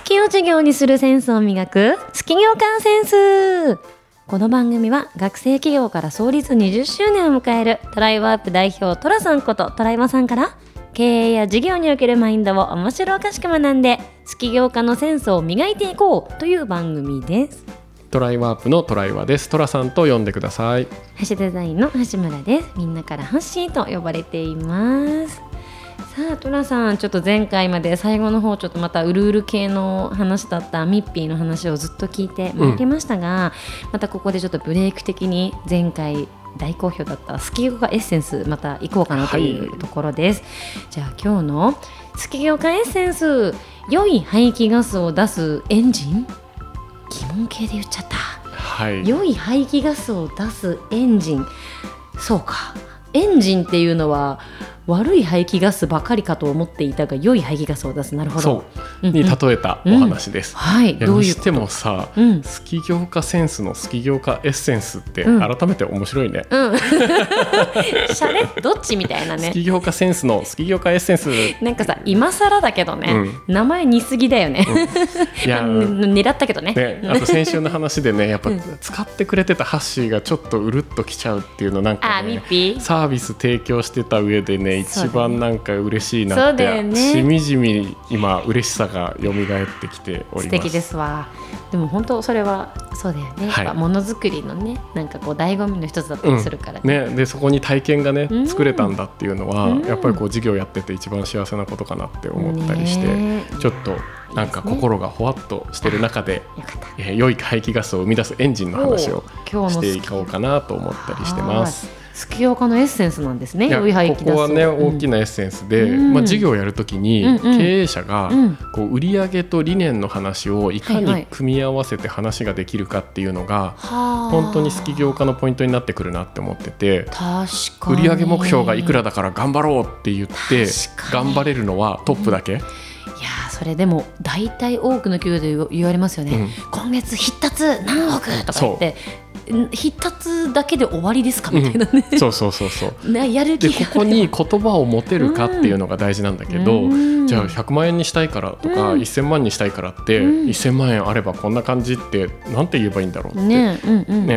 きを授業にするセンスを磨くスキ業間センス。この番組は学生企業から創立20周年を迎えるトライワープ代表トラさんことトライマさんから経営や事業におけるマインドを面白おかしく学んでスキ業間のセンスを磨いていこうという番組です。 トライワープのトライワです。トラさんと呼んでください。 橋デザインの橋村です。みんなからハッシーと呼ばれています。さあトラさん、ちょっと前回まで最後の方ちょっとまたうるうる系の話だったミッピーの話をずっと聞いてまいりましたが、またここでちょっとブレイク的に前回大好評だったスキ業間エッセンスまた行こうかなというところです、じゃあ今日のスキ業間エッセンス、良い排気ガスを出すエンジン、疑問形で言っちゃった、良い排気ガスを出すエンジン。そうか、エンジンっていうのは悪い排気ガスばかりかと思っていたが良い排気ガスを出す。なるほど、 そうに例えたお話です、 どういうにしてもさ、スキ業間センスのスキ業間エッセンスって改めて面白いね、 シャレどっちみたいなね。 スキ業間センスのスキ業間エッセンス、 なんかさ今更だけどね、名前似すぎだよね、いや狙ったけど ねあと先週の話でねやっぱ使ってくれてたハッシーがちょっとうるっときちゃうっていうのなんかね、サービス提供してた上でね一番なんか嬉しいなって、しみじみ今嬉しさが蘇ってきております。 素敵ですわ。でも本当それはそうだよね、やっぱものづくりのねなんかこう醍醐味の一つだったりするからね、 でそこに体験がね作れたんだっていうのは、やっぱりこう事業やってて一番幸せなことかなって思ったりして、ちょっとなんか心がほわっとしてる中で良い排気ガスを生み出すエンジンの話をしていこうかなと思ったりしてます。 スキ業間のエッセンスなんですね。良い排気ガス。 ここはね大きなエッセンスで、事業をやるときに経営者がこう売上と理念の話をいかに組み合わせて話ができるかっていうのが本当にスキ業間のポイントになってくるなって思ってて、売上目標がいくらだから頑張ろうって言って頑張れるのはトップだけ、いやそれでも大体多くの企業で言われますよね、今月必達何億とか言って必達だけで終わりですかみたいなね、 そうやる気がでここに言葉を持てるかっていうのが大事なんだけど、じゃあ100万円にしたいからとか、1000万にしたいからって、1000万円あればこんな感じってなんて言えばいいんだろうって、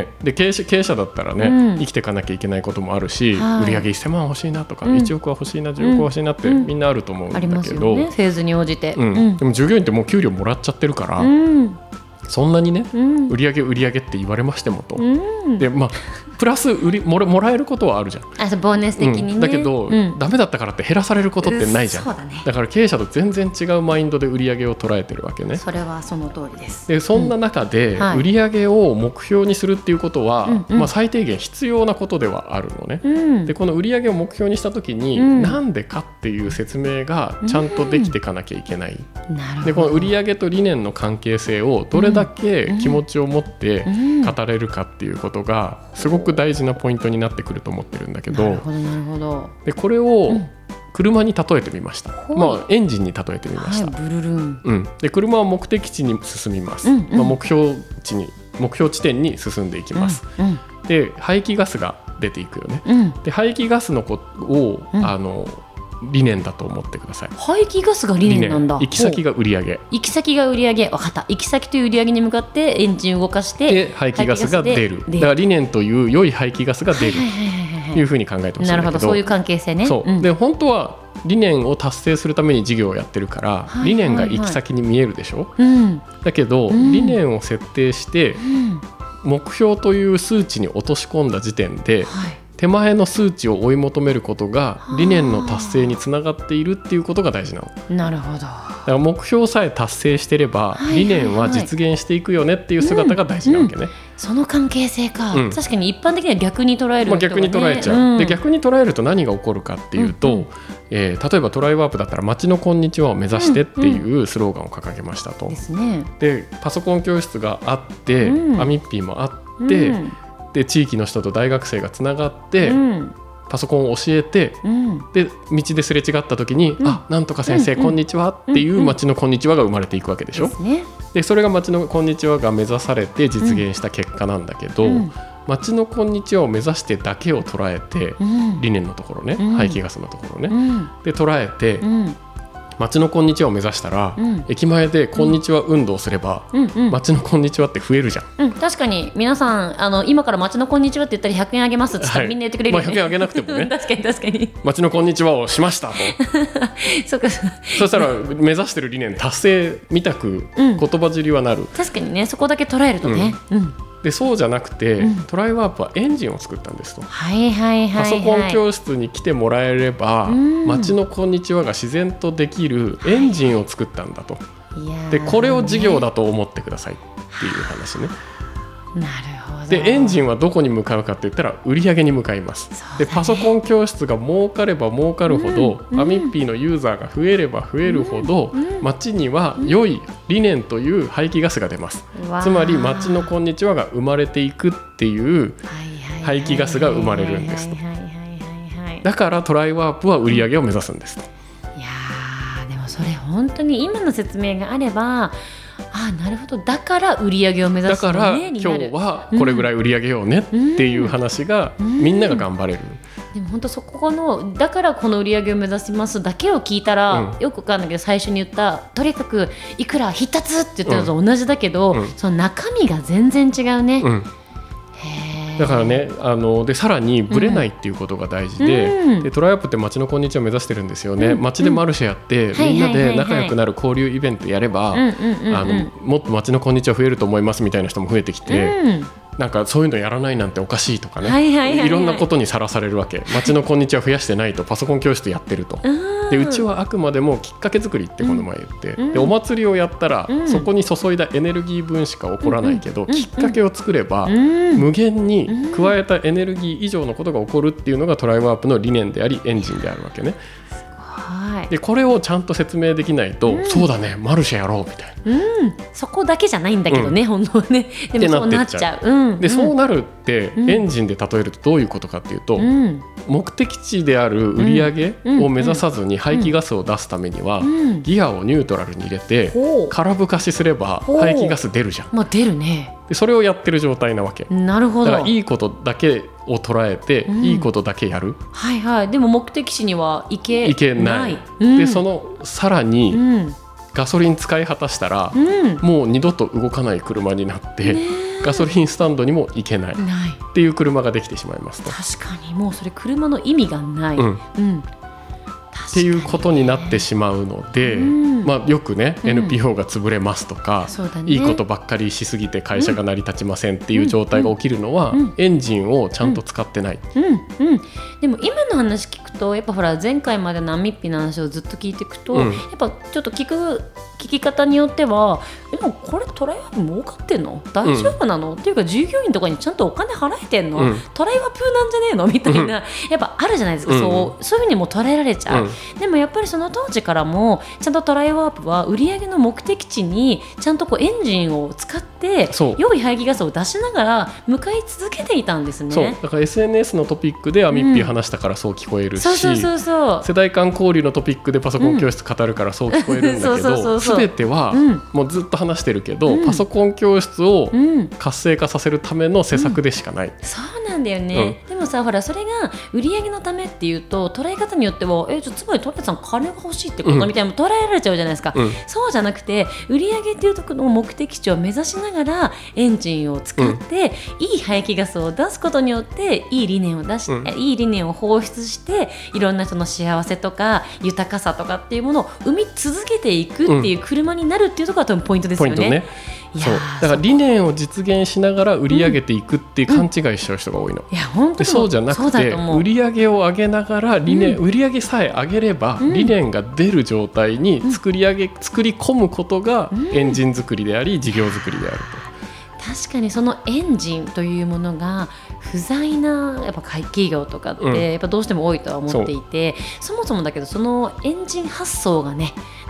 で経営者だったらね、生きていかなきゃいけないこともあるし、売上1000万欲しいなとか、1億は欲しいな10億は欲しいなってみんなあると思うんだけど、 ありますよね、フェーズに応じて、 でも従業員ってもう給料もらっちゃってるから、そんなにね、売上って言われましてもと、でプラスもらえることはあるじゃん、 ボーナス的にね、 だけど、ダメだったからって減らされることってないじゃん、だから経営者と全然違うマインドで売上を捉えてるわけね。 それはその通りです。 でそんな中で、売上を目標にするっていうことは、最低限必要なことではあるのね、でこの売上を目標にした時に、なんでかっていう説明がちゃんとできていかなきゃいけない、でこの売上と理念の関係性をどれだけ気持ちを持って語れるかっていうことがすごく大事なポイントになってくると思ってるんだけど、でこれを車に例えてみました、エンジンに例えてみました、 ブルルン、 で車は目的地に進みます、目標地点に進んでいきます、で排気ガスが出ていくよね、で排気ガスのことを、理念だと思ってください。 排気ガスが理念なんだ。 行き先が売り上げ。 行き先が売り上げ、分かった。行き先という売り上げに向かってエンジンを動かしてで排気ガスが出る。だから理念という良い排気ガスが出るというふうに考えてほしいんだけど。 なるほど、そういう関係性ね。 で本当は理念を達成するために事業をやってるから、理念が行き先に見えるでしょ、だけど、理念を設定して、目標という数値に落とし込んだ時点で、手前の数値を追い求めることが理念の達成につながっているっていうことが大事なの。 なるほど。だから目標さえ達成してれば、理念は実現していくよねっていう姿が大事なわけね、 その関係性か、確かに一般的には逆に捉える人がね、 逆に捉えちゃう、で逆に捉えると何が起こるかっていうと、例えばトライワープだったら街のこんにちはを目指してっていうスローガンを掲げましたと、でパソコン教室があって、アミッピーもあって、で地域の人と大学生がつながって、パソコンを教えて、で道ですれ違った時に、なんとか先生、こんにちはっていう街のこんにちはが生まれていくわけでしょ、でそれが街のこんにちはが目指されて実現した結果なんだけど、街のこんにちはを目指してだけを捉えて、理念のところね、排気ガスのところね、で捉えて、 街のこんにちはを目指したら、駅前でこんにちは運動すれば、街のこんにちはって増えるじゃん。 確かに皆さん今から街のこんにちはって言ったら100円あげますって言ったらみんな言ってくれるよね。 100円あげなくてもね確かに街のこんにちはをしましたとそうかそしたら目指してる理念達成みたく言葉尻はなる。 確かにね、そこだけ捉えるとね、 でそうじゃなくて、トライワープはエンジンを作ったんですと。パソコン教室に来てもらえれば、街のこんにちはが自然とできるエンジンを作ったんだと。でこれを事業だと思ってくださいっていう話ね。 なるほど。 でエンジンはどこに向かうかって言ったら売り上げに向かいます。でパソコン教室が儲かれば儲かるほど、アミッピーのユーザーが増えれば増えるほど、街には良い理念という排気ガスが出ます。つまり街のこんにちはが生まれていくっていう排気ガスが生まれるんですと。だからトライワープは売り上げを目指すんですと。 いやでもそれ本当に今の説明があれば、なるほど、だから売り上げを目指すのね。 だから今日はこれぐらい売り上げようねっていう話が、みんなが頑張れる。 でも本当そこのだからこの売り上げを目指しますだけを聞いたら、よくわかんないけど最初に言ったとにかくいくら必達って言ったのと同じだけど、その中身が全然違うね。 だからね、でさらにブレないっていうことが大事で、トライアップって街のこんにちはを目指してるんですよね。街でマルシェやって、みんなで仲良くなる交流イベントやれば、もっと街のこんにちは増えると思いますみたいな人も増えてきて、なんかそういうのやらないなんておかしいとかね、いろんなことにさらされるわけ。街のこんにちは増やしてないと、パソコン教室やってると。でうちはあくまでもきっかけ作りってこの前言って、でお祭りをやったら、そこに注いだエネルギー分しか起こらないけど、きっかけを作れば、無限に加えたエネルギー以上のことが起こるっていうのがトライワープの理念でありエンジンであるわけね。でこれをちゃんと説明できないと、そうだねマルシェやろうみたいな、 そこだけじゃないんだけどね、本当はね。でもそうなっちゃう。 でそうなるってエンジンで例えるとどういうことかっていうと、目的地である売り上げを目指さずに排気ガスを出すためには、ギアをニュートラルに入れて空ぶかしすれば排気ガス出るじゃん。 出るね。 でそれをやってる状態なわけ。 なるほど。 だからいいことだけを捉えて、いいことだけやる。 でも目的地には行けない。 でそのさらに、ガソリン使い果たしたら、もう二度と動かない車になって、ガソリンスタンドにも行けないっていう車ができてしまいますと。 確かにもうそれ車の意味がない、 っていうことになってしまうので、よくね、NPO が潰れますとか、いいことばっかりしすぎて会社が成り立ちませんっていう状態が起きるのは、エンジンをちゃんと使ってない。 でも今の話聞くとやっぱほら前回までのアミッピの話をずっと聞いていくと、やっぱちょっと聞き方によってはでもこれトライワープ儲かってんの大丈夫なの、っていうか従業員とかにちゃんとお金払えてんの、トライワープなんじゃねえのみたいな、やっぱあるじゃないですか、そういうふうにも捉えられちゃう、でもやっぱりその当時からもちゃんとトライワープは売上の目的地にちゃんとこうエンジンを使って良い排気ガスを出しながら向かい続けていたんですね。 そうだから SNS のトピックでアミッピー話したからそう聞こえるし、世代間交流のトピックでパソコン教室語るからそう聞こえるんだけど、全てはもうずっと話してるけど、パソコン教室を活性化させるための施策でしかない、 そうなんだよね、でもさほらそれが売上のためっていうと捉え方によってはつまりトライさん金が欲しいってこと、みたいな捉えられちゃうじゃないですか、そうじゃなくて売上っていうところの目的地を目指しながらエンジンを使って、いい排気ガスを出すことによっていい理念を出し、いい理念を放出していろんな人の幸せとか豊かさとかっていうものを生み続けていくっていう車になるっていうところが多分ポイントですよね。 そうだから理念を実現しながら売り上げていくっていう勘違いしちゃう人が多いの、でそうじゃなくて売り上げを上げながら売り上げさえ上げれば理念が出る状態に作り込むことがエンジン作りであり事業作りであると。 確かにそのエンジンというものが不在なやっぱ企業とかってやっぱどうしても多いとは思っていて、そもそもだけどそのエンジン発想がね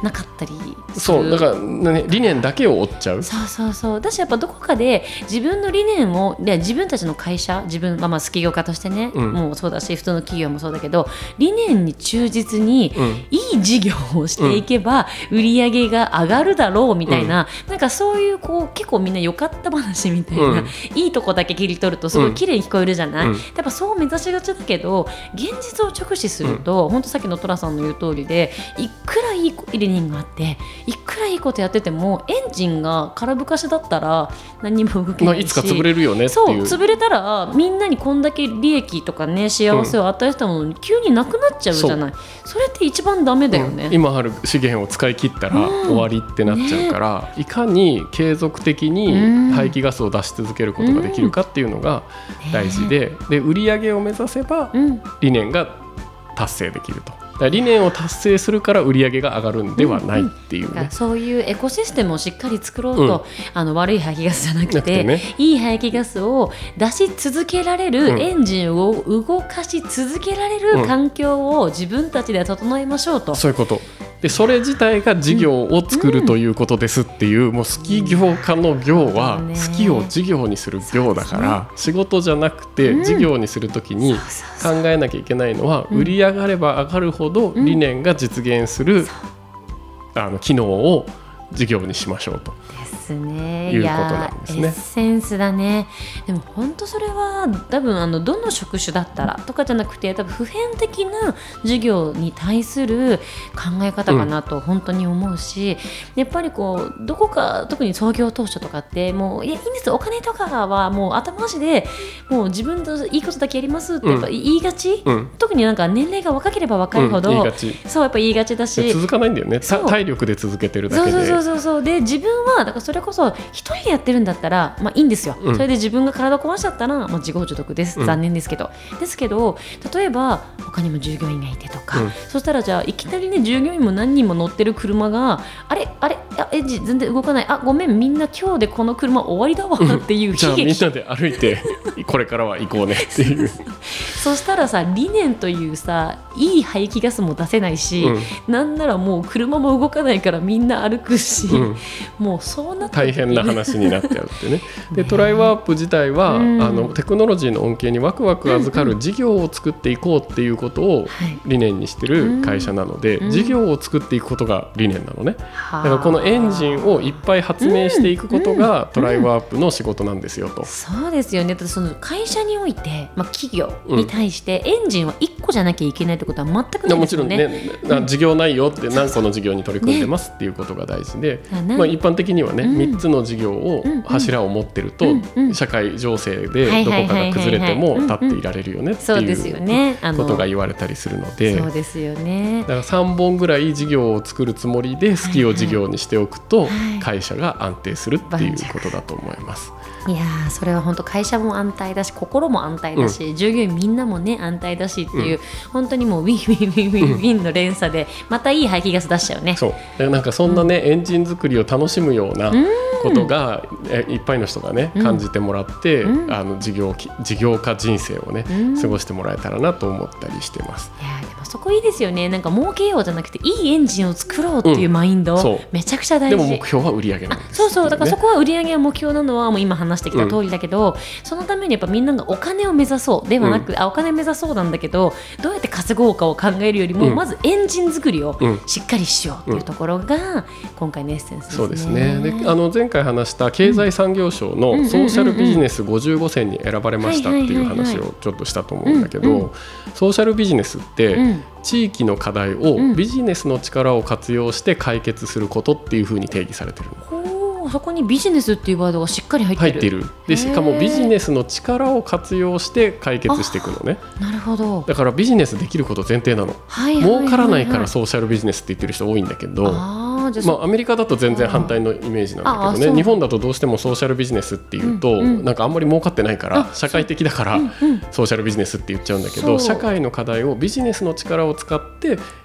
なかったりする。 そうだから、ね、理念だけを追っちゃう。 そうだしやっぱどこかで自分の理念を自分たちの会社、自分、まあ起業家としてね、もうそうだし普通の企業もそうだけど、理念に忠実にいい事業をしていけば売り上げが上がるだろうみたいな、なんかそういう結構みんなよかった話みたいな、いいとこだけ切り取るとすごい綺麗に聞こえるじゃない、やっぱそう目指しがちだけど、現実を直視すると、本当さっきのトラさんの言う通りで、いくらいい理念があっていくらいいことやっててもエンジンが空ぶかしだったら何も動けないし、 いつか潰れるよねっていう。 そう潰れたらみんなにこんだけ利益とかね幸せを与えてたものに急になくなっちゃうじゃない、それって一番ダメだよね、 今ある資源を使い切ったら終わりってなっちゃうから、いかに継続的に排気ガスを出し続けることができるかっていうのが大事で、で売り上げを目指せば理念が達成できると。理念を達成するから売り上げが上がるんではないっていうね、 そういうエコシステムをしっかり作ろうと、悪い排気ガスじゃなくてね、いい排気ガスを出し続けられる、エンジンを動かし続けられる環境を自分たちで整えましょうと、 そういうことで、それ自体が事業を作るということですっていう、もう好き業家の業は好きを事業にする業だから、仕事じゃなくて事業にするときに考えなきゃいけないのは、売り上がれば上がるほど理念が実現する機能を事業にしましょうとですね。 いうことなんですね。 エッセンスだね。でも本当それは多分どの職種だったらとかじゃなくて、多分普遍的な事業に対する考え方かなと本当に思うし、やっぱりどこか特に創業当初とかってもういいんですお金とかはもう頭足でもう自分といいことだけやりますってやっぱ言いがち、特になんか年齢が若ければ若いほど、 言いがち、 そうやっぱ言いがちだし続かないんだよね。体力で続けてるだけで、 そうで自分はだからそれこそ一人でやってるんだったらまあいいんですよ、それで自分が体壊しちゃったらもう自業自得です、残念ですけど例えば他にも従業員がいてとか、そしたらじゃあいきなりね従業員も何人も乗ってる車がエンジン全然動かない、ごめんみんな今日でこの車終わりだわっていう悲劇、 じゃあみんなで歩いてこれからは行こうねっていうそしたらさ理念というさいい排気ガスも出せないし、なんならもう車も動かないからみんな歩くし、もうそうなって大変な話になっちゃうってね。でトライワープ自体は、テクノロジーの恩恵にワクワク預かる事業を作っていこうっていうことを理念にしてる会社なので、事業を作っていくことが理念なのね。だからこのエンジンをいっぱい発明していくことがトライワープの仕事なんですよと。 そうですよね。その会社において、企業に対してエンジンは1個じゃなきゃいけないってことは全くないですよね。 もちろんね、事業内容って何個の事業に取り組んでますっていうことが大事で、一般的にはね、3つの事業を柱を持ってると、社会情勢でどこかが崩れても立っていられるよねっていうことが言われたりするので、 そうですよね。 だから3本ぐらい事業を作るつもりで好きを事業にしておくと会社が安定するっていうことだと思います。 いやそれは本当会社も安泰だし心も安泰だし、従業員みんなもね安泰だしっていう、本当にもうウィンウィンウィンウィンウィンの連鎖でまたいい排気ガス出しちゃうね。 そうだからなんかそんなね、エンジン作りを楽しむようなことが、いっぱいの人がね感じてもらって、事業家人生をね、過ごしてもらえたらなと思ったりしてます。 いやでもそこいいですよね。なんか儲けようじゃなくていいエンジンを作ろうっていうマインド、めちゃくちゃ大事。 でも目標は売り上げなんです、 そうだからそこは売り上げが目標なのはもう今話してきた通りだけど、そのためにやっぱみんながお金を目指そうではなく、お金目指そうなんだけどどうやって稼ごうかを考えるよりも、まずエンジン作りをしっかりしようというところが今回のエッセンスですね。 そうですね。で前回話した経済産業省のソーシャルビジネス55選に選ばれましたっていう話をちょっとしたと思うんだけど、ソーシャルビジネスって地域の課題をビジネスの力を活用して解決することっていうふうに定義されてるの。 そこにビジネスっていうワードがしっかり入ってる。 でしかもビジネスの力を活用して解決していくのね。 なるほど。 だからビジネスできること前提なの。儲からないからソーシャルビジネスって言ってる人多いんだけど、アメリカだと全然反対のイメージなんだけどね。日本だとどうしてもソーシャルビジネスっていうと、なんかあんまり儲かってないから社会的だからソーシャルビジネスって言っちゃうんだけど、社会の課題をビジネスの力を使って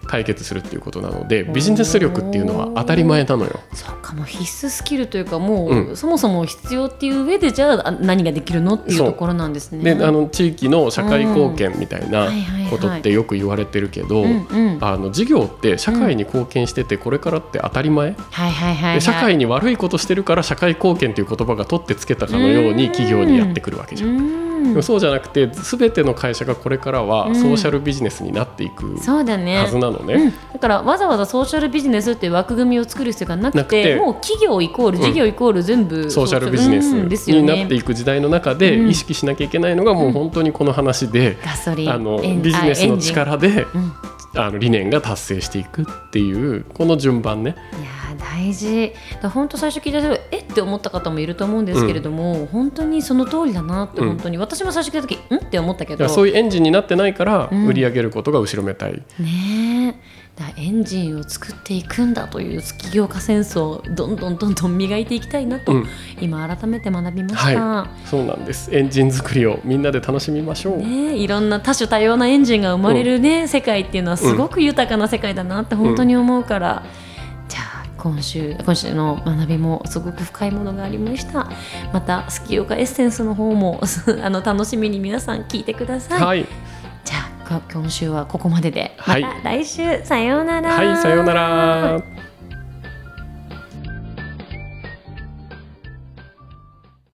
解決するっていうことなので、ビジネス力っていうのは当たり前なのよ。 そうかも、必須スキルというか、もう、そもそも必要っていう上で、じゃあ何ができるのっていうところなんですね。 で地域の社会貢献みたいなことってよく言われてるけど、事業って社会に貢献してて、これからって当たり前、で社会に悪いことしてるから社会貢献という言葉が取ってつけたかのように企業にやってくるわけじゃん。でもそうじゃなくて、全ての会社がこれからはソーシャルビジネスになっていくはずなのね。 だからわざわざソーシャルビジネスっていう枠組みを作る必要がなくて、もう企業イコール事業イコール全部ソーシャルビジネスになっていく時代の中で意識しなきゃいけないのが、もう本当にこの話で、 ガソリンビジネスの力で理念が達成していくっていうこの順番ね。 いや大事だ。本当最初聞いた人って思った方もいると思うんですけれども、本当にその通りだなって、本当に私も最初聞いた時って思ったけど、 そういうエンジンになってないから売り上げることが後ろめたい、 ねえ、だエンジンを作っていくんだという起業家センスをどんどん磨いていきたいなと、今改めて学びました、 そうなんです。エンジン作りをみんなで楽しみましょう、 いろんな多種多様なエンジンが生まれる、世界っていうのはすごく豊かな世界だなって本当に思うから、じゃあ今週の学びもすごく深いものがありました。また起業家エッセンスの方も楽しみに皆さん聞いてください、じゃあ今週はここまでで、また来週、さようなら。 さようなら。